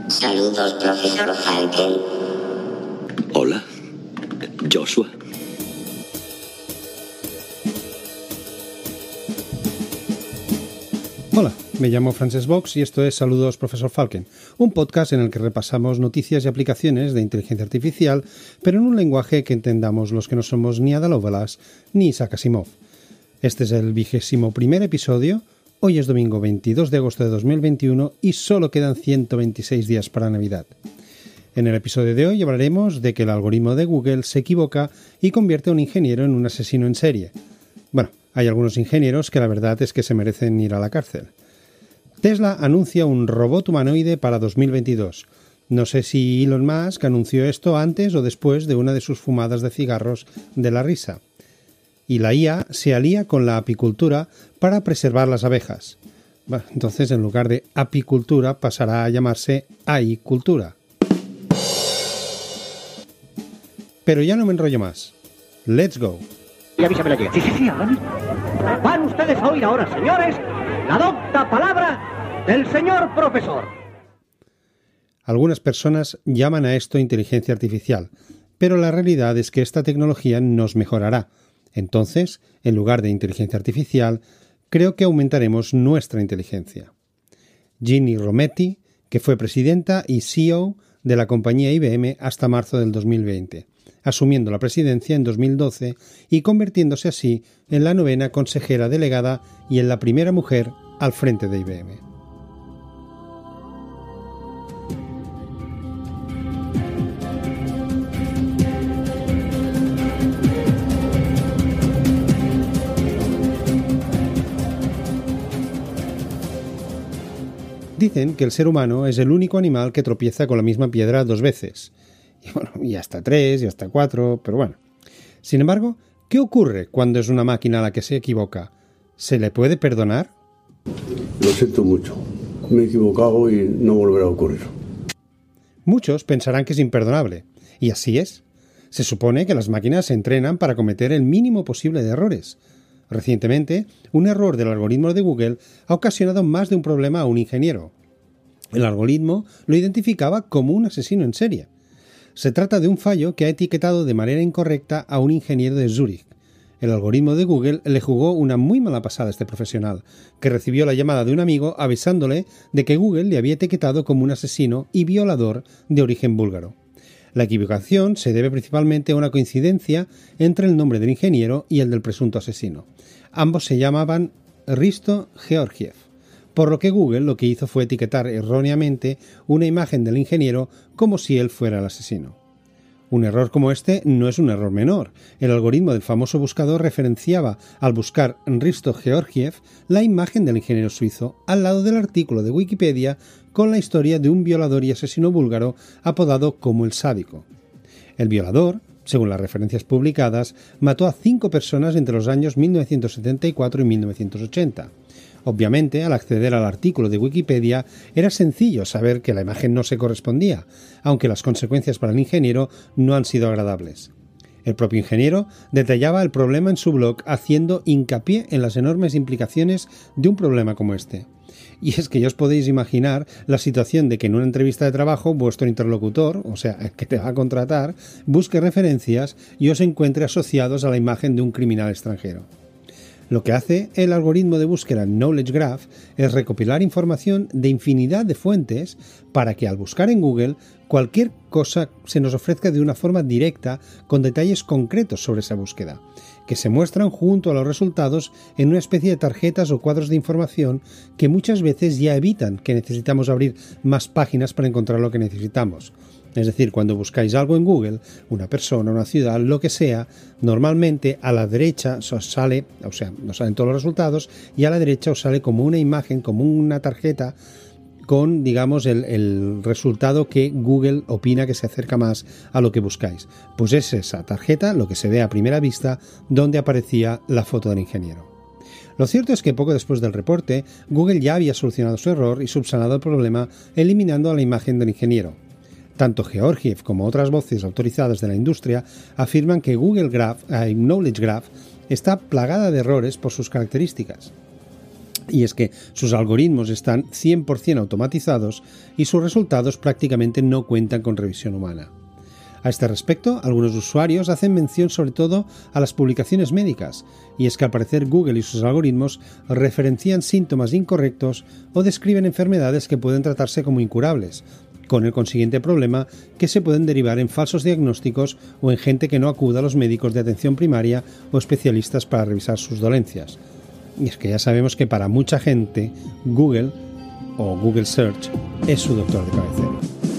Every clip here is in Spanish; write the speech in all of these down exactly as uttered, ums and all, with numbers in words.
Saludos, profesor Falken. Hola, Joshua. Hola, me llamo Francesc Box y esto es Saludos, profesor Falken, un podcast en el que repasamos noticias y aplicaciones de inteligencia artificial, pero en un lenguaje que entendamos los que no somos ni Ada Lovelace ni Isaac Asimov. Este es el vigésimo primer episodio. Hoy es domingo veintidós de agosto de dos mil veintiuno y solo quedan ciento veintiséis días para Navidad. En el episodio de hoy hablaremos de que el algoritmo de Google se equivoca y convierte a un ingeniero en un asesino en serie. Bueno, hay algunos ingenieros que la verdad es que se merecen ir a la cárcel. Tesla anuncia un robot humanoide para dos mil veintidós. No sé si Elon Musk anunció esto antes o después de una de sus fumadas de cigarros de la risa. Y la I A se alía con la apicultura para preservar las abejas. Bueno, entonces en lugar de apicultura pasará a llamarse aicultura. Pero ya no me enrollo más. ¡Let's go! Y avísame la Sí, sí, sí, hagan. Van ustedes a oír ahora, señores, la docta palabra del señor profesor. Algunas personas llaman a esto inteligencia artificial, pero la realidad es que esta tecnología nos mejorará. Entonces, en lugar de inteligencia artificial, creo que aumentaremos nuestra inteligencia. Ginny Rometty, que fue presidenta y C E O de la compañía I B M hasta marzo del dos mil veinte, asumiendo la presidencia en dos mil doce y convirtiéndose así en la novena consejera delegada y en la primera mujer al frente de I B M. Dicen que el ser humano es el único animal que tropieza con la misma piedra dos veces. Y bueno, y hasta tres, y hasta cuatro, pero bueno. Sin embargo, ¿qué ocurre cuando es una máquina la que se equivoca? ¿Se le puede perdonar? Lo siento mucho. Me he equivocado y no volverá a ocurrir. Muchos pensarán que es imperdonable. Y así es. Se supone que las máquinas se entrenan para cometer el mínimo posible de errores. Recientemente, un error del algoritmo de Google ha ocasionado más de un problema a un ingeniero. El algoritmo lo identificaba como un asesino en serie. Se trata de un fallo que ha etiquetado de manera incorrecta a un ingeniero de Zúrich. El algoritmo de Google le jugó una muy mala pasada a este profesional, que recibió la llamada de un amigo avisándole de que Google le había etiquetado como un asesino y violador de origen búlgaro. La equivocación se debe principalmente a una coincidencia entre el nombre del ingeniero y el del presunto asesino. Ambos se llamaban Hristo Georgiev, por lo que Google lo que hizo fue etiquetar erróneamente una imagen del ingeniero como si él fuera el asesino. Un error como este no es un error menor. El algoritmo del famoso buscador referenciaba al buscar Hristo Georgiev la imagen del ingeniero suizo al lado del artículo de Wikipedia con la historia de un violador y asesino búlgaro apodado como el Sádico. El violador, según las referencias publicadas, mató a cinco personas entre los años mil novecientos setenta y cuatro y mil novecientos ochenta. Obviamente, al acceder al artículo de Wikipedia, era sencillo saber que la imagen no se correspondía, aunque las consecuencias para el ingeniero no han sido agradables. El propio ingeniero detallaba el problema en su blog haciendo hincapié en las enormes implicaciones de un problema como este. Y es que ya os podéis imaginar la situación de que en una entrevista de trabajo vuestro interlocutor, o sea, el que te va a contratar, busque referencias y os encuentre asociados a la imagen de un criminal extranjero. Lo que hace el algoritmo de búsqueda Knowledge Graph es recopilar información de infinidad de fuentes para que al buscar en Google cualquier cosa se nos ofrezca de una forma directa con detalles concretos sobre esa búsqueda, que se muestran junto a los resultados en una especie de tarjetas o cuadros de información que muchas veces ya evitan que necesitamos abrir más páginas para encontrar lo que necesitamos. Es decir, cuando buscáis algo en Google, una persona, una ciudad, lo que sea, normalmente a la derecha os sale, o sea, nos salen todos los resultados y a la derecha os sale como una imagen, como una tarjeta con, digamos, el, el resultado que Google opina que se acerca más a lo que buscáis. Pues es esa tarjeta, lo que se ve a primera vista, donde aparecía la foto del ingeniero. Lo cierto es que poco después del reporte, Google ya había solucionado su error y subsanado el problema eliminando la imagen del ingeniero. Tanto Georgiev como otras voces autorizadas de la industria afirman que Google Graph, eh, Knowledge Graph está plagada de errores por sus características. Y es que sus algoritmos están cien por ciento automatizados y sus resultados prácticamente no cuentan con revisión humana. A este respecto, algunos usuarios hacen mención sobre todo a las publicaciones médicas, y es que al parecer Google y sus algoritmos referencian síntomas incorrectos o describen enfermedades que pueden tratarse como incurables, con el consiguiente problema que se pueden derivar en falsos diagnósticos o en gente que no acuda a los médicos de atención primaria o especialistas para revisar sus dolencias. Y es que ya sabemos que para mucha gente Google o Google Search es su doctor de cabecera.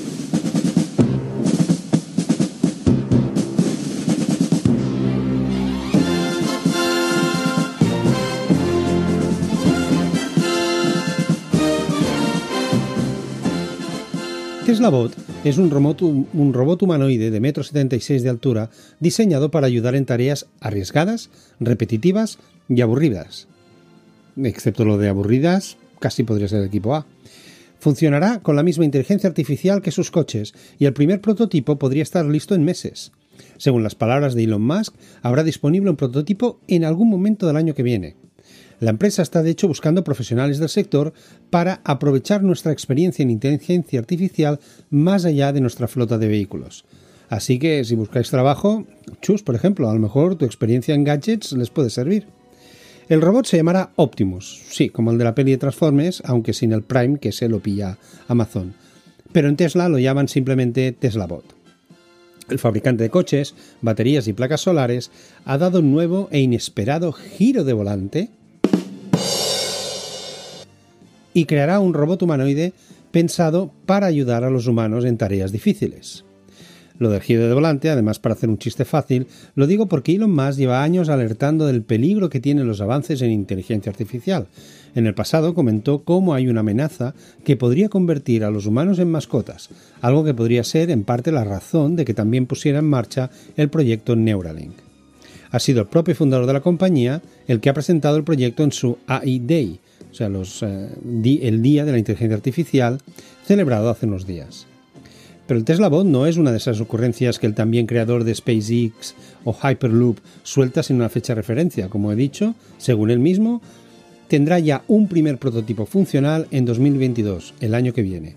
TeslaBot es un robot, un robot humanoide de uno setenta y seis metros de altura diseñado para ayudar en tareas arriesgadas, repetitivas y aburridas. Excepto lo de aburridas, casi podría ser el equipo A. Funcionará con la misma inteligencia artificial que sus coches y el primer prototipo podría estar listo en meses. Según las palabras de Elon Musk, habrá disponible un prototipo en algún momento del año que viene. La empresa está de hecho buscando profesionales del sector para aprovechar nuestra experiencia en inteligencia artificial más allá de nuestra flota de vehículos. Así que si buscáis trabajo, chus, por ejemplo, a lo mejor tu experiencia en gadgets les puede servir. El robot se llamará Optimus, sí, como el de la peli de Transformers, aunque sin el Prime que se lo pilla Amazon. Pero en Tesla lo llaman simplemente TeslaBot. El fabricante de coches, baterías y placas solares ha dado un nuevo e inesperado giro de volante y creará un robot humanoide pensado para ayudar a los humanos en tareas difíciles. Lo del giro de volante, además para hacer un chiste fácil, lo digo porque Elon Musk lleva años alertando del peligro que tienen los avances en inteligencia artificial. En el pasado comentó cómo hay una amenaza que podría convertir a los humanos en mascotas, algo que podría ser en parte la razón de que también pusiera en marcha el proyecto Neuralink. Ha sido el propio fundador de la compañía el que ha presentado el proyecto en su A I Day, o sea, los, eh, di, el Día de la Inteligencia Artificial, celebrado hace unos días. Pero el TeslaBot no es una de esas ocurrencias que el también creador de SpaceX o Hyperloop suelta sin una fecha de referencia. Como he dicho, según él mismo, tendrá ya un primer prototipo funcional en dos mil veintidós, el año que viene.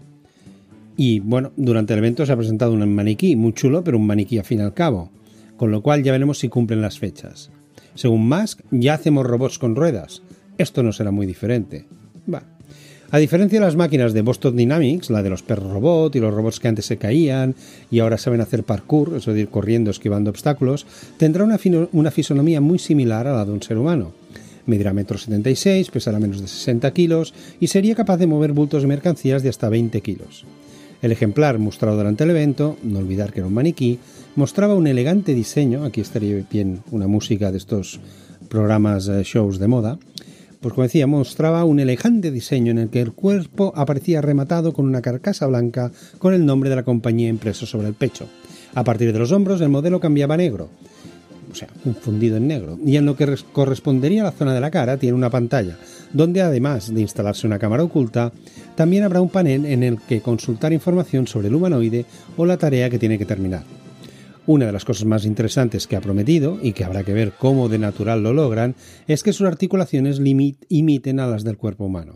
Y bueno, durante el evento se ha presentado un maniquí, muy chulo, pero un maniquí a fin y al cabo, con lo cual ya veremos si cumplen las fechas. Según Musk, ya hacemos robots con ruedas. Esto no será muy diferente. Va. A diferencia de las máquinas de Boston Dynamics, la de los perros robot y los robots que antes se caían y ahora saben hacer parkour, eso de ir corriendo esquivando obstáculos, tendrá una, fino, una fisonomía muy similar a la de un ser humano. Medirá uno setenta y seis metros, pesará menos de sesenta kilos y sería capaz de mover bultos de mercancías de hasta veinte kilos. El ejemplar mostrado durante el evento, no olvidar que era un maniquí, mostraba un elegante diseño, aquí estaría bien una música de estos programas, eh, shows de moda. Pues como decía, mostraba un elegante diseño en el que el cuerpo aparecía rematado con una carcasa blanca con el nombre de la compañía impreso sobre el pecho. A partir de los hombros el modelo cambiaba a negro, o sea, un fundido en negro, y en lo que correspondería a la zona de la cara tiene una pantalla, donde además de instalarse una cámara oculta, también habrá un panel en el que consultar información sobre el humanoide o la tarea que tiene que terminar. Una de las cosas más interesantes que ha prometido, y que habrá que ver cómo de natural lo logran, es que sus articulaciones limit, imiten a las del cuerpo humano.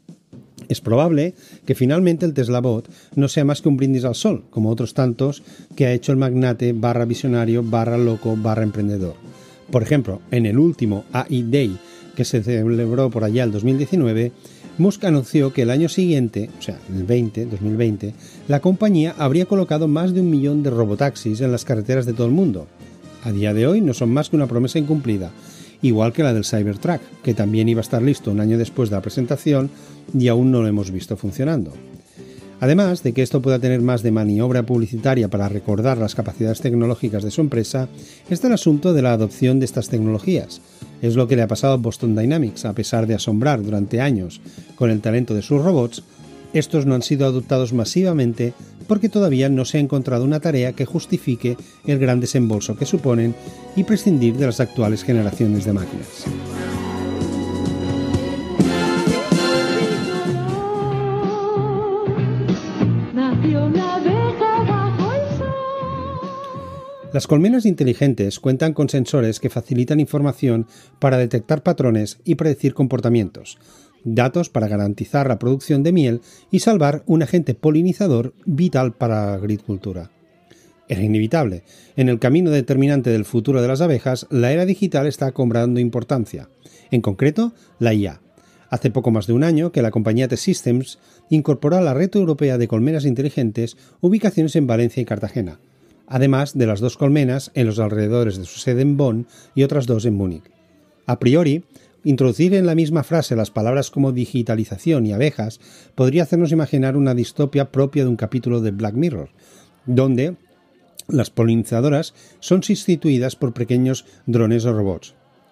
Es probable que finalmente el TeslaBot no sea más que un brindis al sol, como otros tantos que ha hecho el magnate barra visionario barra loco barra emprendedor. Por ejemplo, en el último A I Day que se celebró por allá el dos mil diecinueve, Musk anunció que el año siguiente, o sea, el veinte, dos mil veinte, la compañía habría colocado más de un millón de robotaxis en las carreteras de todo el mundo. A día de hoy no son más que una promesa incumplida, igual que la del Cybertruck, que también iba a estar listo un año después de la presentación y aún no lo hemos visto funcionando. Además de que esto pueda tener más de maniobra publicitaria para recordar las capacidades tecnológicas de su empresa, está el asunto de la adopción de estas tecnologías. Es lo que le ha pasado a Boston Dynamics, a pesar de asombrar durante años con el talento de sus robots. Estos no han sido adoptados masivamente porque todavía no se ha encontrado una tarea que justifique el gran desembolso que suponen y prescindir de las actuales generaciones de máquinas. Las colmenas inteligentes cuentan con sensores que facilitan información para detectar patrones y predecir comportamientos, datos para garantizar la producción de miel y salvar un agente polinizador vital para la agricultura. Era inevitable. En el camino determinante del futuro de las abejas, la era digital está cobrando importancia. En concreto, la I A. Hace poco más de un año que la compañía T-Systems incorporó a la red europea de colmenas inteligentes ubicaciones en Valencia y Cartagena, además de las dos colmenas en los alrededores de su sede en Bonn y otras dos en Múnich. A priori, introducir en la misma frase las palabras como digitalización y abejas podría hacernos imaginar una distopia propia de un capítulo de Black Mirror, donde las polinizadoras son sustituidas por pequeños drones o robots.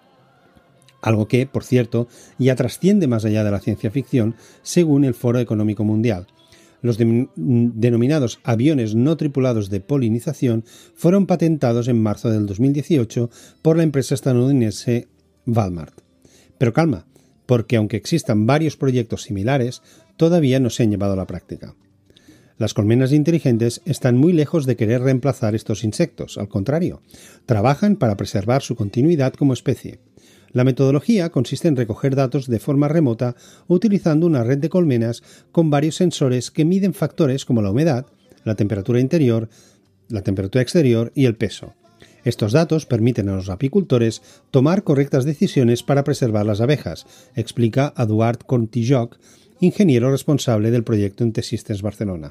Algo que, por cierto, ya trasciende más allá de la ciencia ficción, según el Foro Económico Mundial. Los de, denominados aviones no tripulados de polinización fueron patentados en marzo del dos mil dieciocho por la empresa estadounidense Walmart. Pero calma, porque aunque existan varios proyectos similares, todavía no se han llevado a la práctica. Las colmenas inteligentes están muy lejos de querer reemplazar estos insectos, al contrario, trabajan para preservar su continuidad como especie. La metodología consiste en recoger datos de forma remota utilizando una red de colmenas con varios sensores que miden factores como la humedad, la temperatura interior, la temperatura exterior y el peso. Estos datos permiten a los apicultores tomar correctas decisiones para preservar las abejas, explica Eduard Contijoch, ingeniero responsable del proyecto en T-Systems Barcelona.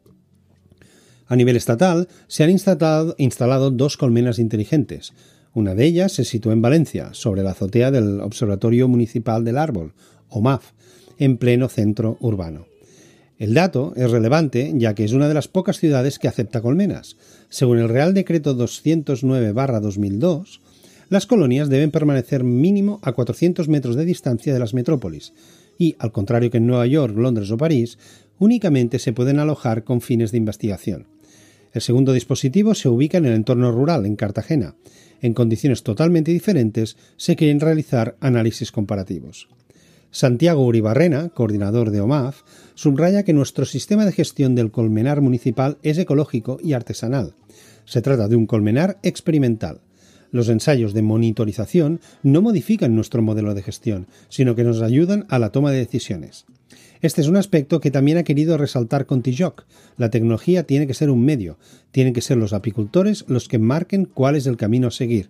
A nivel estatal se han instalado, instalado dos colmenas inteligentes. Una de ellas se sitúa en Valencia, sobre la azotea del Observatorio Municipal del Árbol, O M A F, en pleno centro urbano. El dato es relevante ya que es una de las pocas ciudades que acepta colmenas. Según el Real Decreto doscientos nueve barra dos mil dos, las colonias deben permanecer mínimo a cuatrocientos metros de distancia de las metrópolis y, al contrario que en Nueva York, Londres o París, únicamente se pueden alojar con fines de investigación. El segundo dispositivo se ubica en el entorno rural, en Cartagena. En condiciones totalmente diferentes se quieren realizar análisis comparativos. Santiago Uribarrena, coordinador de O M A F, subraya que nuestro sistema de gestión del colmenar municipal es ecológico y artesanal. Se trata de un colmenar experimental. Los ensayos de monitorización no modifican nuestro modelo de gestión, sino que nos ayudan a la toma de decisiones. Este es un aspecto que también ha querido resaltar Contijoch. La tecnología tiene que ser un medio, tienen que ser los apicultores los que marquen cuál es el camino a seguir.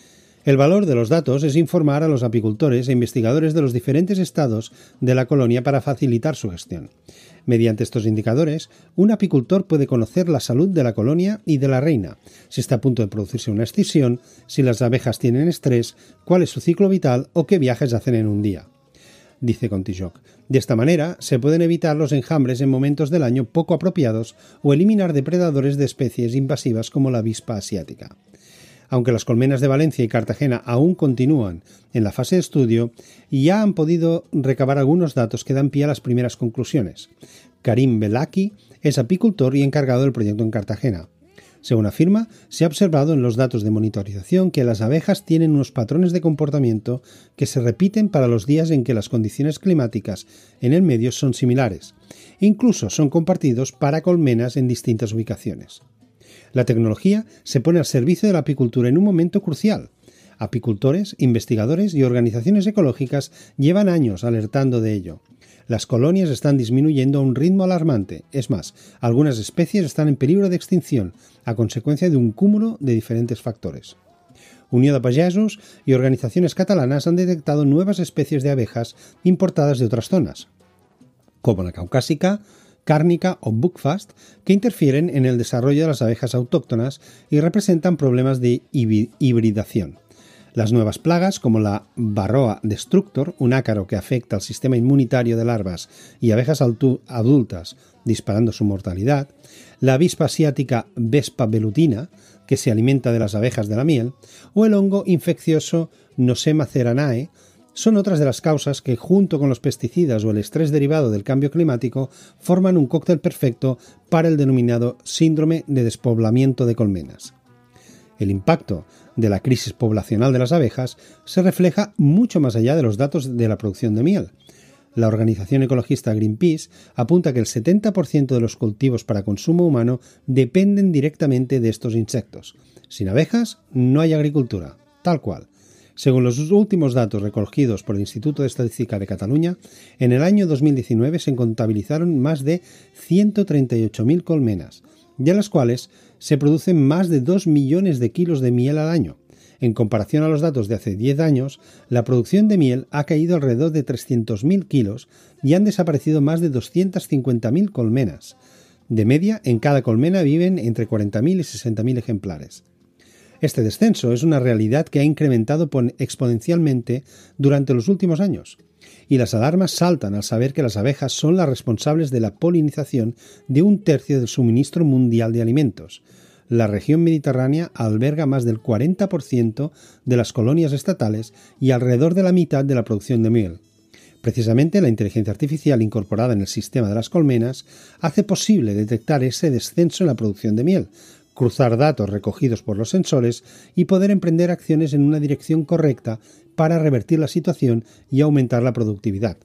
El valor de los datos es informar a los apicultores e investigadores de los diferentes estados de la colonia para facilitar su gestión. Mediante estos indicadores, un apicultor puede conocer la salud de la colonia y de la reina, si está a punto de producirse una escisión, si las abejas tienen estrés, cuál es su ciclo vital o qué viajes hacen en un día. Dice Contijoch. De esta manera se pueden evitar los enjambres en momentos del año poco apropiados o eliminar depredadores de especies invasivas como la avispa asiática. Aunque las colmenas de Valencia y Cartagena aún continúan en la fase de estudio, ya han podido recabar algunos datos que dan pie a las primeras conclusiones. Karim Belaki es apicultor y encargado del proyecto en Cartagena. Según afirma, se ha observado en los datos de monitorización que las abejas tienen unos patrones de comportamiento que se repiten para los días en que las condiciones climáticas en el medio son similares. Incluso son compartidos para colmenas en distintas ubicaciones. La tecnología se pone al servicio de la apicultura en un momento crucial. Apicultores, investigadores y organizaciones ecológicas llevan años alertando de ello. Las colonias están disminuyendo a un ritmo alarmante. Es más, algunas especies están en peligro de extinción a consecuencia de un cúmulo de diferentes factores. Unió de pagesos y organizaciones catalanas han detectado nuevas especies de abejas importadas de otras zonas, como la caucásica, cárnica o buckfast, que interfieren en el desarrollo de las abejas autóctonas y representan problemas de hibridación. Las nuevas plagas, como la Varroa destructor, un ácaro que afecta al sistema inmunitario de larvas y abejas adultas, disparando su mortalidad, la avispa asiática Vespa velutina, que se alimenta de las abejas de la miel, o el hongo infeccioso Nosema ceranae, son otras de las causas que, junto con los pesticidas o el estrés derivado del cambio climático, forman un cóctel perfecto para el denominado síndrome de despoblamiento de colmenas. El impacto de la crisis poblacional de las abejas se refleja mucho más allá de los datos de la producción de miel. La organización ecologista Greenpeace apunta que el setenta por ciento de los cultivos para consumo humano dependen directamente de estos insectos. Sin abejas no hay agricultura, tal cual. Según los últimos datos recogidos por el Instituto de Estadística de Cataluña, en el año dos mil diecinueve se contabilizaron más de ciento treinta y ocho mil colmenas, de las cuales se producen más de dos millones de kilos de miel al año. En comparación a los datos de hace diez años, la producción de miel ha caído alrededor de trescientos mil kilos y han desaparecido más de doscientas cincuenta mil colmenas. De media, en cada colmena viven entre cuarenta mil y sesenta mil ejemplares. Este descenso es una realidad que ha incrementado exponencialmente durante los últimos años, y las alarmas saltan al saber que las abejas son las responsables de la polinización de un tercio del suministro mundial de alimentos. La región mediterránea alberga más del cuarenta por ciento de las colonias estatales y alrededor de la mitad de la producción de miel. Precisamente la inteligencia artificial incorporada en el sistema de las colmenas hace posible detectar ese descenso en la producción de miel, cruzar datos recogidos por los sensores y poder emprender acciones en una dirección correcta para revertir la situación y aumentar la productividad.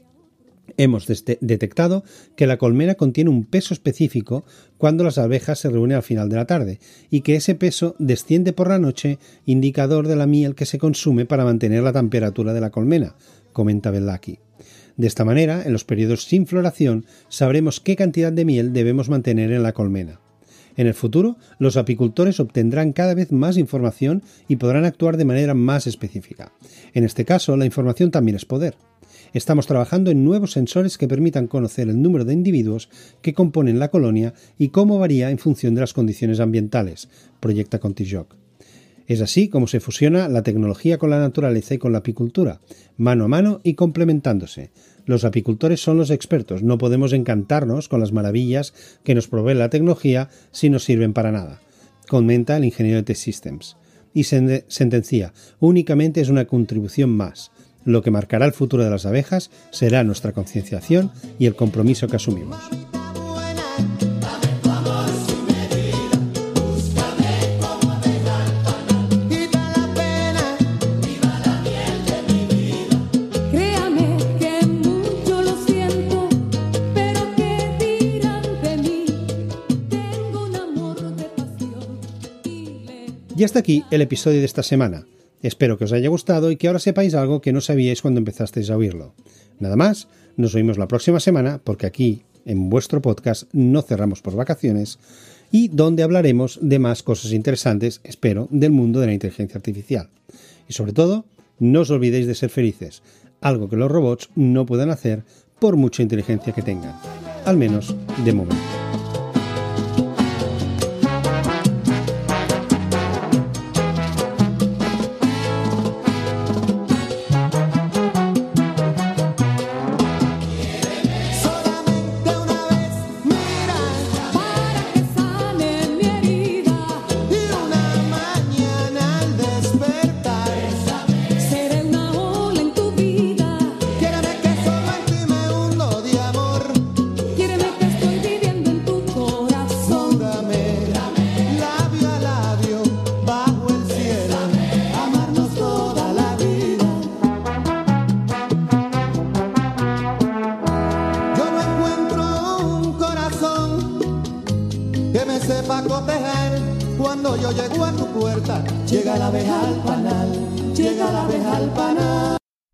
Hemos detectado que la colmena contiene un peso específico cuando las abejas se reúnen al final de la tarde y que ese peso desciende por la noche, indicador de la miel que se consume para mantener la temperatura de la colmena, comenta Bellaki. De esta manera, en los periodos sin floración, sabremos qué cantidad de miel debemos mantener en la colmena. En el futuro, los apicultores obtendrán cada vez más información y podrán actuar de manera más específica. En este caso, la información también es poder. Estamos trabajando en nuevos sensores que permitan conocer el número de individuos que componen la colonia y cómo varía en función de las condiciones ambientales, proyecta Contijoc. Es así como se fusiona la tecnología con la naturaleza y con la apicultura, mano a mano y complementándose. Los apicultores son los expertos, no podemos encantarnos con las maravillas que nos provee la tecnología si no sirven para nada, comenta el ingeniero de T-Systems. Y sentencia, únicamente es una contribución más. Lo que marcará el futuro de las abejas será nuestra concienciación y el compromiso que asumimos. Y hasta aquí el episodio de esta semana. Espero que os haya gustado y que ahora sepáis algo que no sabíais cuando empezasteis a oírlo. Nada más, nos oímos la próxima semana porque aquí, en vuestro podcast, no cerramos por vacaciones y donde hablaremos de más cosas interesantes, espero, del mundo de la inteligencia artificial. Y sobre todo, no os olvidéis de ser felices, algo que los robots no pueden hacer por mucha inteligencia que tengan, al menos de momento. Cuando yo llego a tu puerta, llega la abeja al panal, llega la abeja al panal.